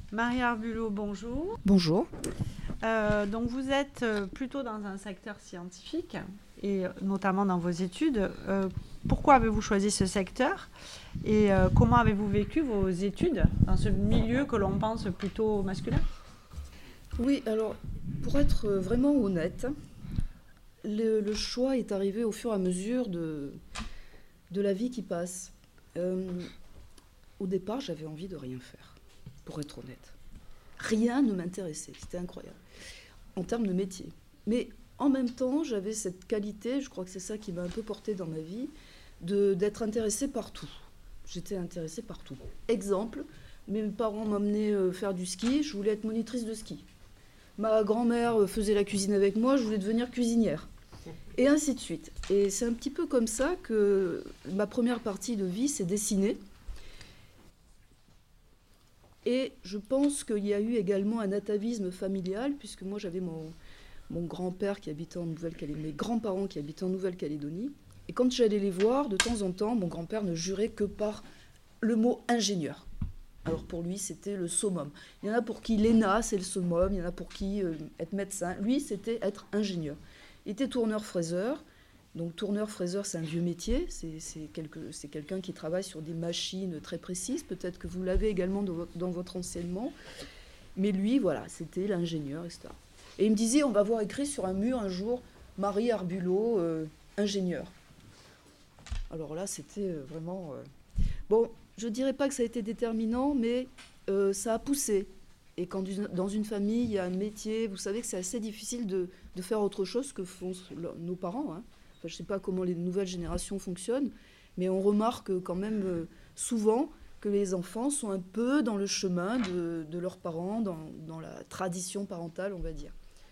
Marie Arbulot, bonjour. Bonjour. Donc vous êtes plutôt dans un secteur scientifique et notamment dans vos études. Pourquoi avez-vous choisi ce secteur et comment avez-vous vécu vos études dans ce milieu que l'on pense plutôt masculin? Oui, alors, pour être vraiment honnête, le choix est arrivé au fur et à mesure de la vie qui passe. Au départ, j'avais envie de rien faire, pour être honnête. Rien ne m'intéressait, c'était incroyable, en termes de métier. Mais en même temps, j'avais cette qualité, je crois que c'est ça qui m'a un peu portée dans ma vie, d'être intéressée par tout. J'étais intéressée par tout. Exemple, mes parents m'emmenaient faire du ski, je voulais être monitrice de ski. Ma grand-mère faisait la cuisine avec moi, je voulais devenir cuisinière. Et ainsi de suite. Et c'est un petit peu comme ça que ma première partie de vie s'est dessinée. Et je pense qu'il y a eu également un atavisme familial, puisque moi j'avais mon grand-père qui habitait en Nouvelle-Calédonie, mes grands-parents qui habitaient en Nouvelle-Calédonie. Et quand j'allais les voir, de temps en temps, mon grand-père ne jurait que par le mot ingénieur. Alors pour lui, c'était le summum. Il y en a pour qui l'ENA, c'est le summum, il y en a pour qui être médecin. Lui, c'était être ingénieur. Il était tourneur-fraiseur. Donc tourneur-fraiseur, c'est un vieux métier. C'est quelqu'un qui travaille sur des machines très précises. Peut-être que vous l'avez également dans votre enseignement. Mais lui, voilà, c'était l'ingénieur, etc. Et il me disait, on va voir écrit sur un mur un jour, Marie Arbulot, ingénieur. Alors là, c'était vraiment... Bon, je ne dirais pas que ça a été déterminant, mais ça a poussé. Et quand dans une famille, il y a un métier, vous savez que c'est assez difficile de faire autre chose que font nos parents. Hein. Enfin, je ne sais pas comment les nouvelles générations fonctionnent, mais on remarque quand même souvent que les enfants sont un peu dans le chemin de leurs parents, dans la tradition parentale, on va dire.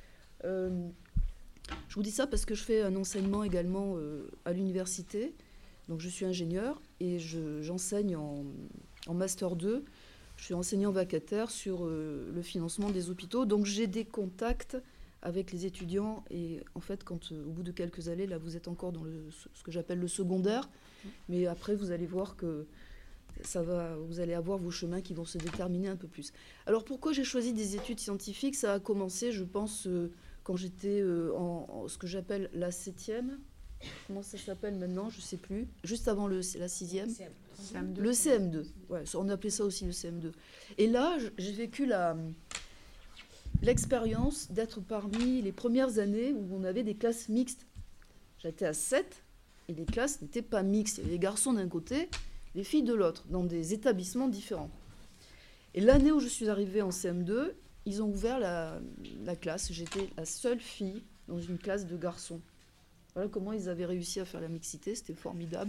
Je vous dis ça parce que je fais un enseignement également à l'université. Donc je suis ingénieure et j'enseigne en Master 2. Je suis enseignant vacataire sur le financement des hôpitaux. Donc j'ai des contacts avec les étudiants. Et en fait, au bout de quelques années, là, vous êtes encore dans ce que j'appelle le secondaire. Mais après, vous allez voir que vous allez avoir vos chemins qui vont se déterminer un peu plus. Alors pourquoi j'ai choisi des études scientifiques? Ça a commencé, je pense, quand j'étais en ce que j'appelle la 7e. Comment ça s'appelle maintenant? Je ne sais plus. Juste avant la 6e. CM2. Le CM2. Ouais, on appelait ça aussi le CM2. Et là, j'ai vécu l'expérience d'être parmi les premières années où on avait des classes mixtes. J'étais à 7 et les classes n'étaient pas mixtes. Il y avait les garçons d'un côté, les filles de l'autre, dans des établissements différents. Et l'année où je suis arrivée en CM2, ils ont ouvert la classe. J'étais la seule fille dans une classe de garçons. Voilà comment ils avaient réussi à faire la mixité, c'était formidable.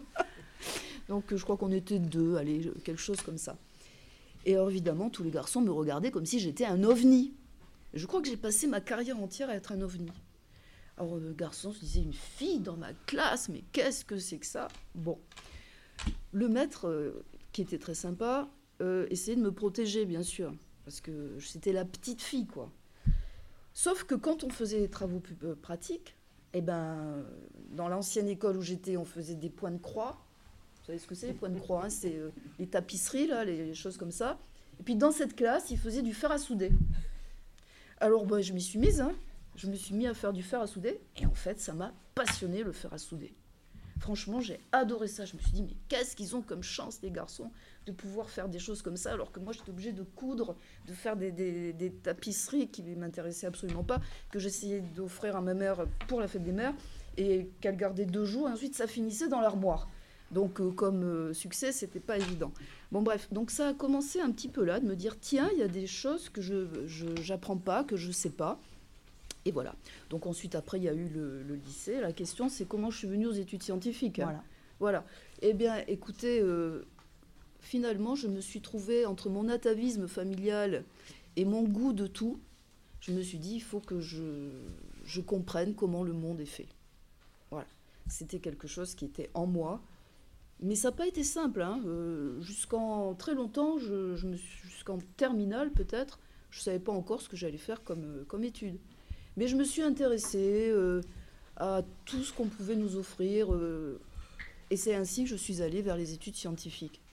Donc je crois qu'on était 2, allez, quelque chose comme ça. Et alors évidemment, tous les garçons me regardaient comme si j'étais un ovni. Je crois que j'ai passé ma carrière entière à être un ovni. Alors le garçon se disait, une fille dans ma classe, mais qu'est-ce que c'est que ça? Bon, le maître, qui était très sympa, essayait de me protéger, bien sûr, parce que c'était la petite fille, quoi. Sauf que quand on faisait les travaux pratiques, eh ben, dans l'ancienne école où j'étais, on faisait des points de croix. Vous savez ce que c'est, les points de croix, hein? C'est les tapisseries, là, les choses comme ça. Et puis dans cette classe, ils faisaient du fer à souder. Alors ben, je m'y suis mise, hein. Je me suis mis à faire du fer à souder. Et en fait, ça m'a passionné, le fer à souder. Franchement, j'ai adoré ça. Je me suis dit, mais qu'est-ce qu'ils ont comme chance, les garçons, de pouvoir faire des choses comme ça, alors que moi, j'étais obligée de coudre, de faire des tapisseries qui ne m'intéressaient absolument pas, que j'essayais d'offrir à ma mère pour la fête des mères, et qu'elle gardait 2 jours, et ensuite, ça finissait dans l'armoire. Donc, comme succès, c'était pas évident. Bon, bref, donc ça a commencé un petit peu là, de me dire, tiens, il y a des choses que je n'apprends pas, que je ne sais pas. Et voilà. Donc ensuite, après, il y a eu le lycée. La question, c'est comment je suis venue aux études scientifiques. Hein. Voilà. Eh bien, écoutez, finalement, je me suis trouvée entre mon atavisme familial et mon goût de tout. Je me suis dit, il faut que je comprenne comment le monde est fait. Voilà. C'était quelque chose qui était en moi. Mais ça n'a pas été simple. Hein. Jusqu'en très longtemps, jusqu'en terminale peut-être, je ne savais pas encore ce que j'allais faire comme étude. Mais je me suis intéressée à tout ce qu'on pouvait nous offrir. Et c'est ainsi que je suis allée vers les études scientifiques.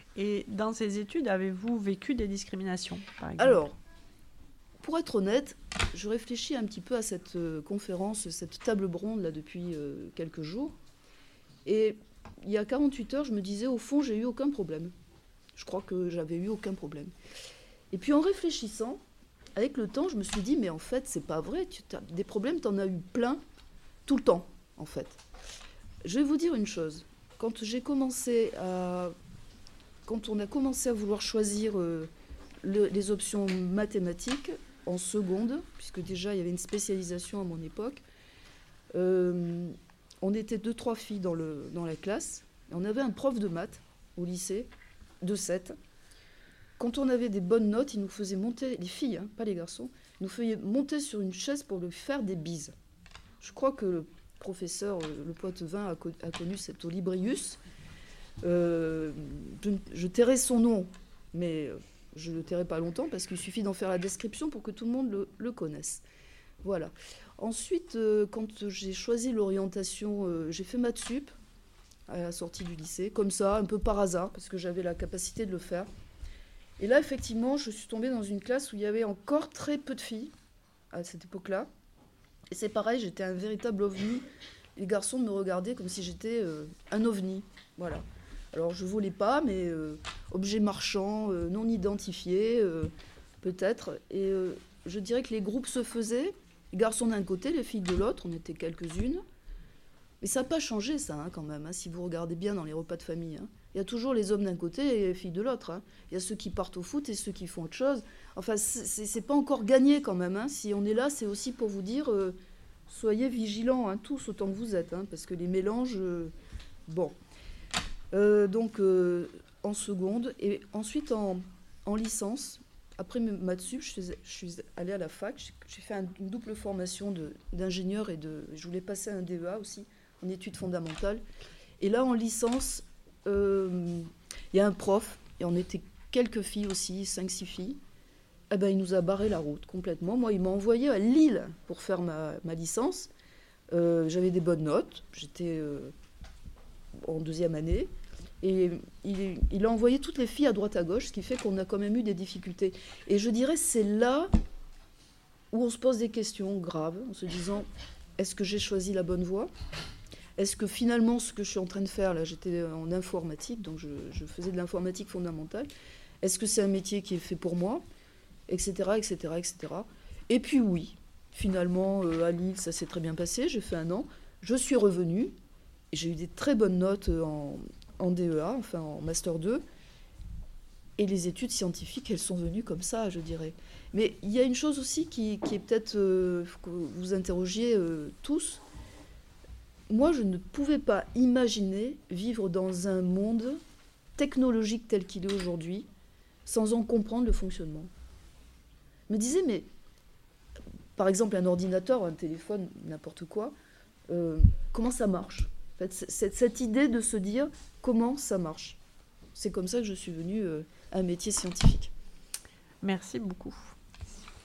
Et dans ces études, avez-vous vécu des discriminations, par exemple? Alors, pour être honnête, je réfléchis un petit peu à cette conférence, cette table ronde là depuis quelques jours. Et il y a 48 heures, je me disais, au fond, j'ai eu aucun problème. Je crois que j'avais eu aucun problème. Et puis en réfléchissant, avec le temps, je me suis dit, mais en fait, c'est pas vrai. Des problèmes, tu en as eu plein tout le temps, en fait. Je vais vous dire une chose. Quand on a commencé à vouloir choisir les options mathématiques en seconde, puisque déjà il y avait une spécialisation à mon époque, on était 2-3 filles dans la classe, et on avait un prof de maths au lycée, de 7. Quand on avait des bonnes notes, il nous faisait monter, les filles, hein, pas les garçons, il nous faisait monter sur une chaise pour lui faire des bises. Je crois que le professeur, le Poitevin, a connu cet Olybrius. Je tairai son nom, mais je ne le tairai pas longtemps parce qu'il suffit d'en faire la description pour que tout le monde le connaisse. Voilà. Ensuite, quand j'ai choisi l'orientation, j'ai fait maths sup à la sortie du lycée, comme ça, un peu par hasard, parce que j'avais la capacité de le faire. Et là, effectivement, je suis tombée dans une classe où il y avait encore très peu de filles à cette époque-là. Et c'est pareil, j'étais un véritable ovni. Les garçons me regardaient comme si j'étais un ovni. Voilà. Alors, je volais pas, mais objet marchand, non identifié, peut-être. Et je dirais que les groupes se faisaient. Les garçons d'un côté, les filles de l'autre, on était quelques-unes. Mais ça n'a pas changé, ça, hein, quand même, hein, si vous regardez bien dans les repas de famille. Hein. Il y a toujours les hommes d'un côté et les filles de l'autre. Hein. Il y a ceux qui partent au foot et ceux qui font autre chose. Enfin, c'est pas encore gagné, quand même. Hein. Si on est là, c'est aussi pour vous dire, soyez vigilants, hein, tous autant que vous êtes, hein, parce que les mélanges... bon. Donc, en seconde. Et ensuite, en licence... Après maths sup, je suis allée à la fac. J'ai fait une double formation d'ingénieur et je voulais passer un DEA aussi, en études fondamentales. Et là, en licence, il y a un prof, et on était quelques filles aussi, 5-6 filles. Eh ben, il nous a barré la route complètement. Moi, il m'a envoyé à Lille pour faire ma licence. J'avais des bonnes notes. J'étais en deuxième année. Et il a envoyé toutes les filles à droite à gauche, ce qui fait qu'on a quand même eu des difficultés. Et je dirais c'est là où on se pose des questions graves, en se disant, est-ce que j'ai choisi la bonne voie ? Est-ce que finalement, ce que je suis en train de faire, là, j'étais en informatique, donc je faisais de l'informatique fondamentale, est-ce que c'est un métier qui est fait pour moi ? Etc., etc., etc. Et puis oui, finalement, à Lille, ça s'est très bien passé, j'ai fait 1 an, je suis revenue, et j'ai eu des très bonnes notes en DEA, enfin en Master 2, et les études scientifiques, elles sont venues comme ça, je dirais. Mais il y a une chose aussi qui est peut-être, que vous interrogiez tous. Moi, je ne pouvais pas imaginer vivre dans un monde technologique tel qu'il est aujourd'hui, sans en comprendre le fonctionnement. Je me disais, mais par exemple, un ordinateur, un téléphone, n'importe quoi, comment ça marche ? En fait, cette idée de se dire comment ça marche. C'est comme ça que je suis venue à un métier scientifique. Merci beaucoup.